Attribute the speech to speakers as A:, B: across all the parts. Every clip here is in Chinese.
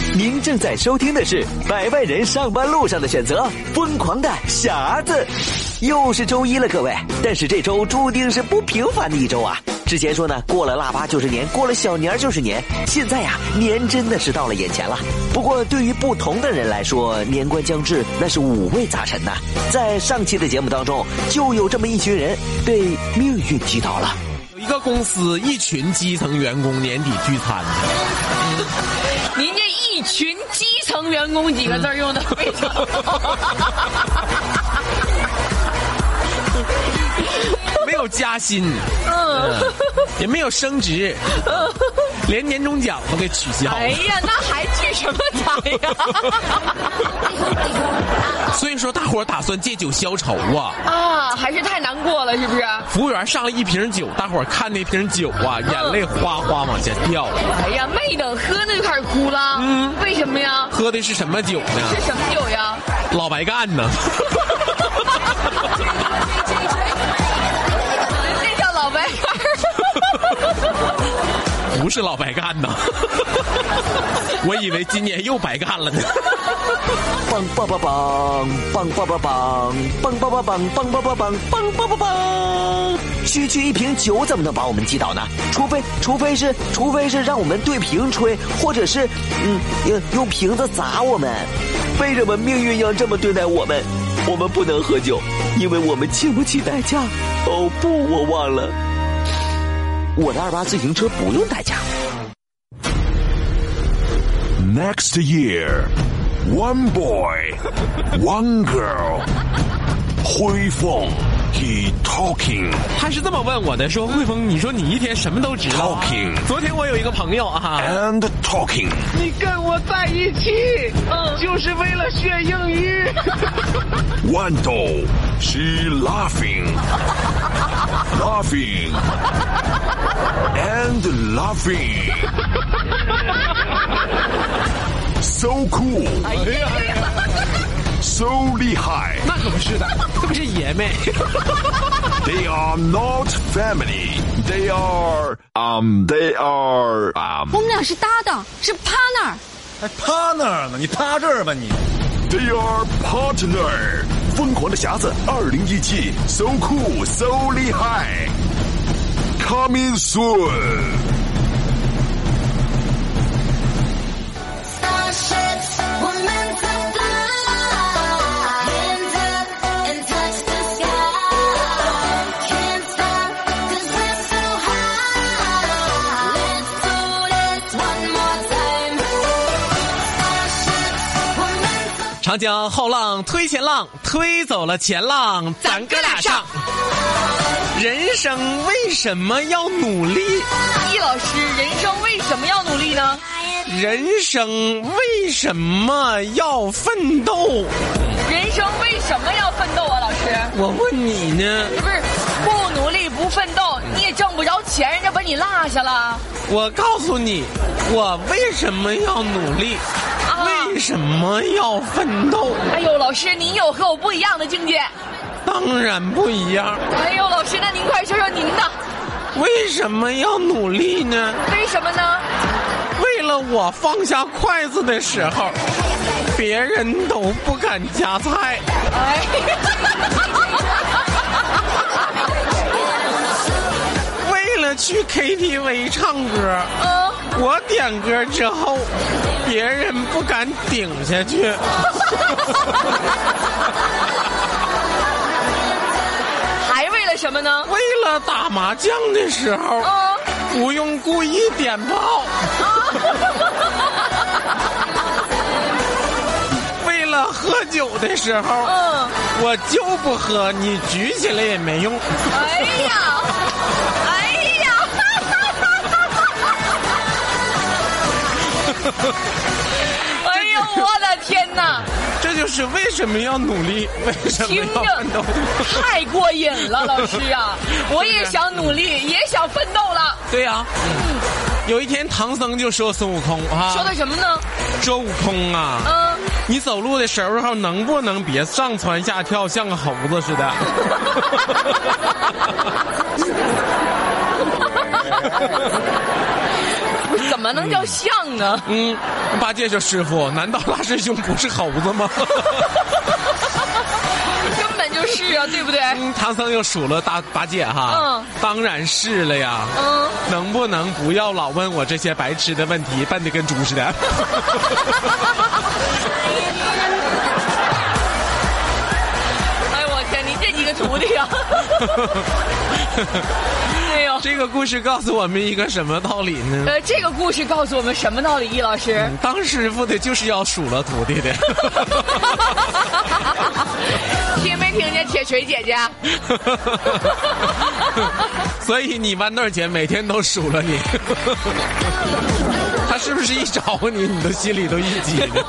A: 您正在收听的是百万人上班路上的选择，疯狂的匣子。又是周一了，各位，但是这周注定是不平凡的一周啊。之前说呢，过了腊八就是年，过了小年就是年，现在呀，年真的是到了眼前了。不过对于不同的人来说，年关将至，那是五味杂陈呐。在上期的节目当中，就有这么一群人被命运击倒了。
B: 有一个公司一群基层员工年底聚餐，
C: 您这一群基层员工几个字用的非常好。
B: 没有加薪，也没有升职，连年终奖都给取消。
C: 哎呀，那还聚什么餐呀？
B: 所以说，大伙儿打算借酒消愁啊！
C: 啊，还是太难过了，是不是？
B: 服务员上了一瓶酒，大伙儿看那瓶酒啊，眼泪哗哗往下掉。
C: 哎呀，没等喝呢就开始哭了。为什么呀？
B: 喝的是什么酒呢？
C: 是什么酒呀？
B: 老白干呢。
C: 那叫老白干。
B: 不是老白干呐。我以为今年又白干了呢。
A: 棒棒棒棒棒棒棒棒棒棒棒棒棒棒棒棒棒棒棒！区区一瓶酒怎么能把我们击倒呢？除非是让我们对瓶吹，或者是用瓶子砸我们。为什么命运要这么对待我们？我们不能喝酒，因为我们经不起代价。哦不，我忘了，我的28自行车不用代驾。
D: Next year, one boy, one girl. 辉凤 he talking.
B: 他是这么问我的，说汇丰，你说你一天什么都知道。
D: Talking.
B: 昨天我有一个朋友啊
D: And talking.
B: 你跟我在一起，就是为了学英语。
D: 豌豆 she laughing, laughing, and laughing. So cool.
B: 哎呀。
D: So 厉害。
B: 那可不是的，这不是爷们。
D: They are not family. They are.
E: 我们俩是搭档，是 partner。
F: 还 partner 呢？你趴这儿吧你。
D: They are partner. 疯狂的匣子2017 So cool, so 厉害。Coming soon.
B: 《长江后浪推前浪，推走了前浪，咱哥俩上。人生为什么要努力？
C: 易老师，人生为什么要努力呢？
B: 人生为什么要奋斗？
C: 人生为什么要奋斗啊，老师？
B: 我问你呢？
C: 不是，不努力不奋斗，你也挣不着钱，人家把你落下了。
B: 我告诉你，我为什么要努力？为什么要奋斗？
C: 哎呦，老师，您有和我不一样的境界。
B: 当然不一样。
C: 哎呦，老师，那您快说说您的。
B: 为什么要努力呢？
C: 为什么呢？
B: 为了我放下筷子的时候，别人都不敢夹菜。
C: 哎。
B: 为了去 KTV 唱歌，我点歌之后，别人不敢顶下去。
C: 还为了什么呢？
B: 为了打麻将的时候，不用故意点炮。为了喝酒的时候，我就不喝，你举起来也没用。
C: 哎呀！哎呦，我的天哪！
B: 这就是为什么要努力，为什么要奋斗。
C: 太过瘾了，老师啊！我也想努力，也想奋斗了。
B: 对呀，有一天唐僧就说孙悟空啊，
C: 说的什么呢？
B: 说悟空啊，你走路的时候能不能别上蹿下跳，像个猴子似的？
C: 怎么能叫像呢？
B: 八戒说：“师傅，难道拉师兄不是猴子吗？”
C: 根本就是啊，对不对？
B: 唐僧又数了八戒哈，当然是了呀。能不能不要老问我这些白痴的问题，笨得跟猪似的？
C: 哎呦我天，你这几个徒弟啊！哎呦，
B: 这个故事告诉我们一个什么道理呢？
C: 这个故事告诉我们什么道理，易老师？
B: 当师傅的就是要数了徒弟的。
C: 听没听见铁锤姐姐？
B: 所以你豌豆姐每天都数了你。他是不是一找你，你的心里都一激灵？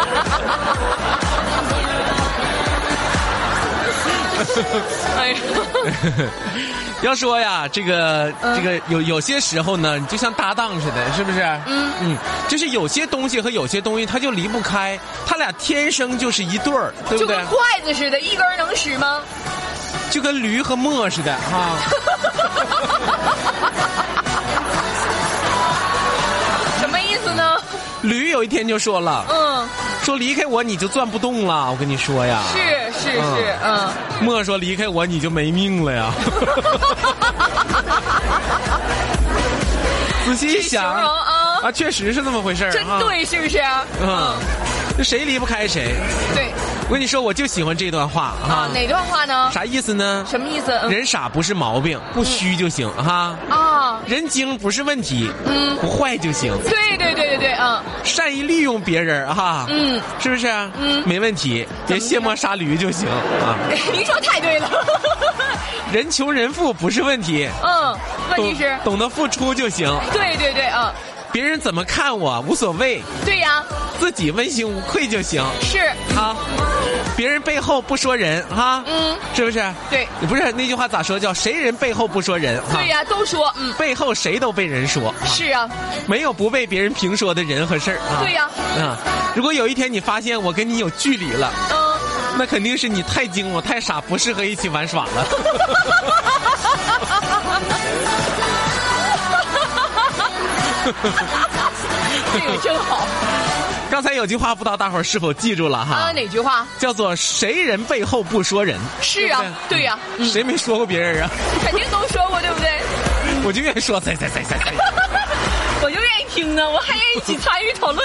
C: 哎呀，
B: 要说呀，这个有些时候呢，你就像搭档似的，是不是？就是有些东西和有些东西它就离不开，他俩天生就是一对儿，对不对？
C: 就跟筷子似的，一根能使吗？
B: 就跟驴和磨似的哈。
C: 什么意思呢？
B: 驴有一天就说了，说离开我你就转不动了，我跟你说呀。
C: 是，
B: 磨说离开我你就没命了呀。仔细一想啊，确实是这么回事儿，
C: 真对，是不是？
B: 这谁离不开谁？
C: 对，
B: 我跟你说，我就喜欢这段话哈。
C: 哪段话呢？
B: 啥意思呢？
C: 什么意思？
B: 人傻不是毛病，不虚就行哈。人精不是问题，不坏就行。
C: 对，
B: 善于利用别人哈，是不是？没问题，别卸磨杀驴就行啊。
C: 您说太对了。
B: 人穷人富不是问题，
C: 问题是
B: 懂得付出就行。
C: 对
B: 别人怎么看我无所谓。
C: 对呀，
B: 自己问心无愧就行。
C: 是
B: 啊，别人背后不说人哈，是不是？
C: 对，
B: 不是那句话咋说？叫谁人背后不说人？
C: 对呀，都说
B: 背后谁都被人说。
C: 是啊，
B: 没有不被别人评说的人和事儿啊。
C: 对呀，
B: 如果有一天你发现我跟你有距离了，那肯定是你太精，我太傻，不适合一起玩耍了。
C: 这个真好。
B: 刚才有句话不知道大伙儿是否记住了哈？
C: 哪句话？
B: 叫做谁人背后不说人。
C: 是啊，对呀。
B: 谁没说过别人啊？
C: 肯定都说过，对不对？
B: 我就愿意说，猜。
C: 我就愿意听啊，我还愿意一起参与讨论。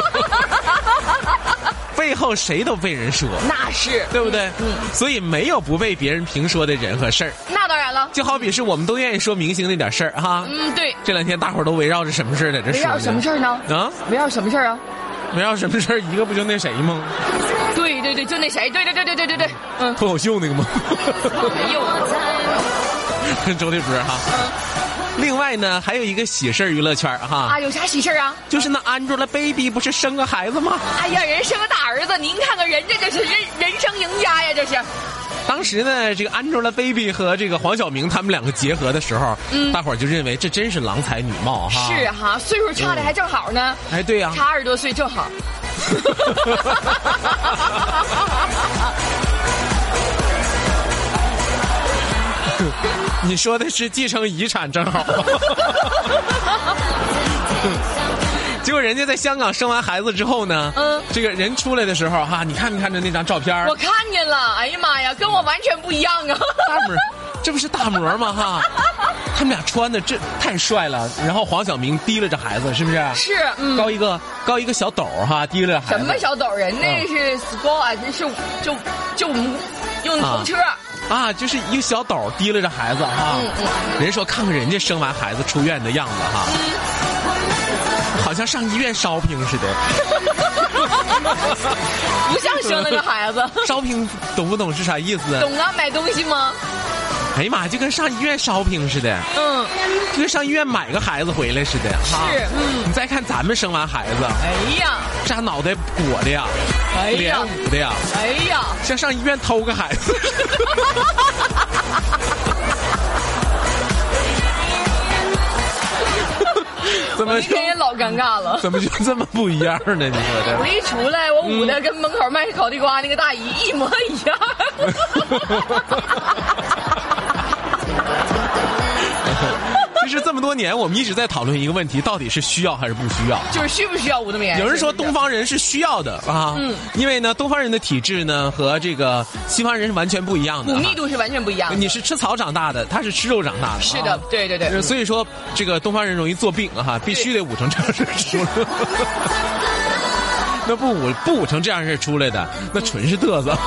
B: 背后谁都被人说，
C: 那是
B: 对不对？所以没有不被别人评说的人和事儿。
C: 那当然了，
B: 就好比是我们都愿意说明星那点事儿哈。
C: 对。
B: 这两天大伙儿都围绕着什么事儿在这说？
C: 围绕什么事儿呢？围绕什么事儿啊？
B: 围绕什么事儿？一个不就那谁吗？
C: 对，就那谁，对，
B: 脱口秀那个吗？
C: 没有，
B: 周立波哈。另外呢，还有一个喜事娱乐圈哈。
C: 有啥喜事啊？
B: 就是那 Angelababy 不是生个孩子吗？
C: 哎呀，人生个大儿子，您看看人家这是人生赢家呀，这是。
B: 当时呢，这个 Angelababy 和这个黄晓明他们两个结合的时候，大伙儿就认为这真是郎才女貌哈。
C: 是哈，岁数差的还正好呢。
B: 哎，对呀，
C: 差20多岁正好。
B: 你说的是继承遗产正好。结果人家在香港生完孩子之后呢，这个人出来的时候哈，你看着那张照片？
C: 我看见了，哎呀妈呀，跟我完全不一样啊！
B: 大模，这不是大模吗？哈，他们俩穿的这太帅了。然后黄晓明提拉着孩子，是不是？
C: 是，
B: 高一个小斗哈，提拉着孩子。
C: 什么小斗？人那是 sport，是就用头车。
B: 就是一个小斗提拉着孩子哈。人说看看人家生完孩子出院的样子哈。好像上医院烧瓶似的。
C: 不像生了个孩子。
B: 烧瓶懂不懂是啥意思？
C: 懂啊，买东西吗？
B: 哎呀妈，就跟上医院烧瓶似的。就跟上医院买个孩子回来似的。
C: 是，
B: 你再看咱们生完孩子，
C: 哎呀，
B: 这脑袋裹的呀，脸捂的呀，
C: 哎呀，
B: 像上医院偷个孩子。怎么
C: 今天也老尴尬了？
B: 怎么就这么不一样呢？你说的？
C: 我一出来，我捂的跟门口卖烤地瓜那个大姨一模一样。
B: 就是这么么多年，我们一直在讨论一个问题，到底是需要还是不需要？
C: 就是需不需要无冬眠？
B: 有人说东方人是需要的啊，因为呢，东方人的体质呢和这个西方人是完全不一样的，
C: 骨密度是完全不一样的。
B: 你是吃草长大的，他是吃肉长大的。
C: 是的，对对对。
B: 所以说，这个东方人容易做病啊，必须得捂成这样式出来。那不捂成这样式出来的，那纯是嘚瑟。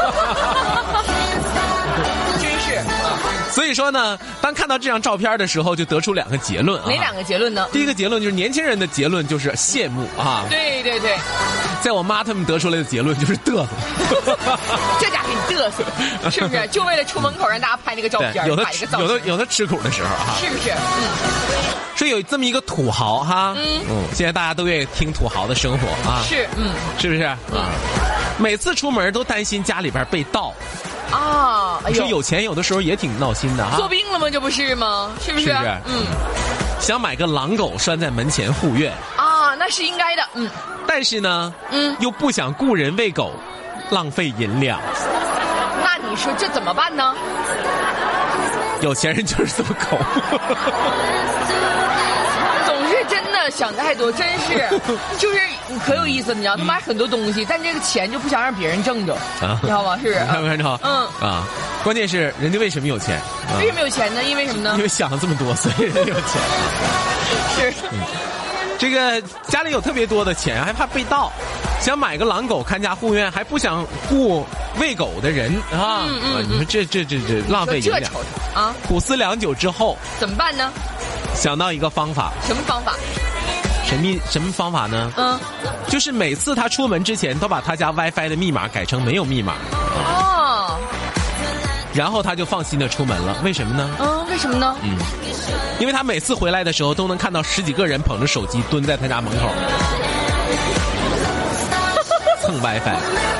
B: 所以说呢，当看到这张照片的时候，就得出2个结论啊。
C: 哪2个结论呢？
B: 第一个结论就是年轻人的结论就是羡慕啊。
C: 对对对。
B: 在我妈他们得出来的结论就是嘚瑟。
C: 这家给你嘚瑟，是不是？就为了出门口让大家拍那个照片，
B: 有的吃苦的时候啊。
C: 是不是？
B: 所以有这么一个土豪哈，现在大家都愿意听土豪的生活啊。
C: 是，
B: 是不是啊？每次出门都担心家里边被盗。
C: 啊，
B: 你说有钱有的时候也挺闹心的哈。
C: 做病了吗？这不是吗？是不是？
B: 想买个狼狗拴在门前护院
C: 啊，那是应该的。
B: 但是呢，又不想雇人喂狗，浪费银两。
C: 那你说这怎么办呢？
B: 有钱人就是这么抠。
C: 真的想太多，真是，就是可有意思，你知道，他买很多东西，但这个钱就不想让别人挣着，你知道吗？是不是？
B: 看没看着？关键是人家为什么有钱？
C: 为什么有钱呢？因为什么呢？
B: 因为想了这么多，所以人家有钱。
C: 是。
B: 这个家里有特别多的钱，还怕被盗，想买个狼狗看家护院，还不想雇喂狗的人啊！你说这浪费银两
C: 啊！
B: 苦思良久之后，
C: 怎么办呢？
B: 想到一个方法。
C: 什么方法？
B: 什么方法呢？就是每次他出门之前都把他家 WiFi 的密码改成没有密码。哦。然后他就放心的出门了。为什么呢？
C: 为什么呢？
B: 因为他每次回来的时候都能看到10几个人捧着手机蹲在他家门口蹭 WiFi。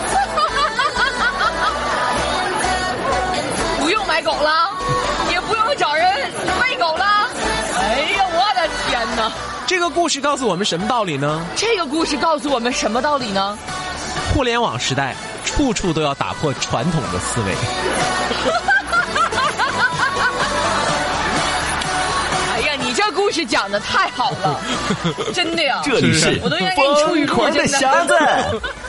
C: 不用买狗了，也不用找人喂狗了。哎呀，我的天哪！
B: 这个故事告诉我们什么道理呢？
C: 这个故事告诉我们什么道理呢？
B: 互联网时代，处处都要打破传统的思维。
C: 哎呀，你这故事讲的太好了，真的呀！
A: 这里是
C: 我都应该给你出语录，
A: 疯狂的匣子。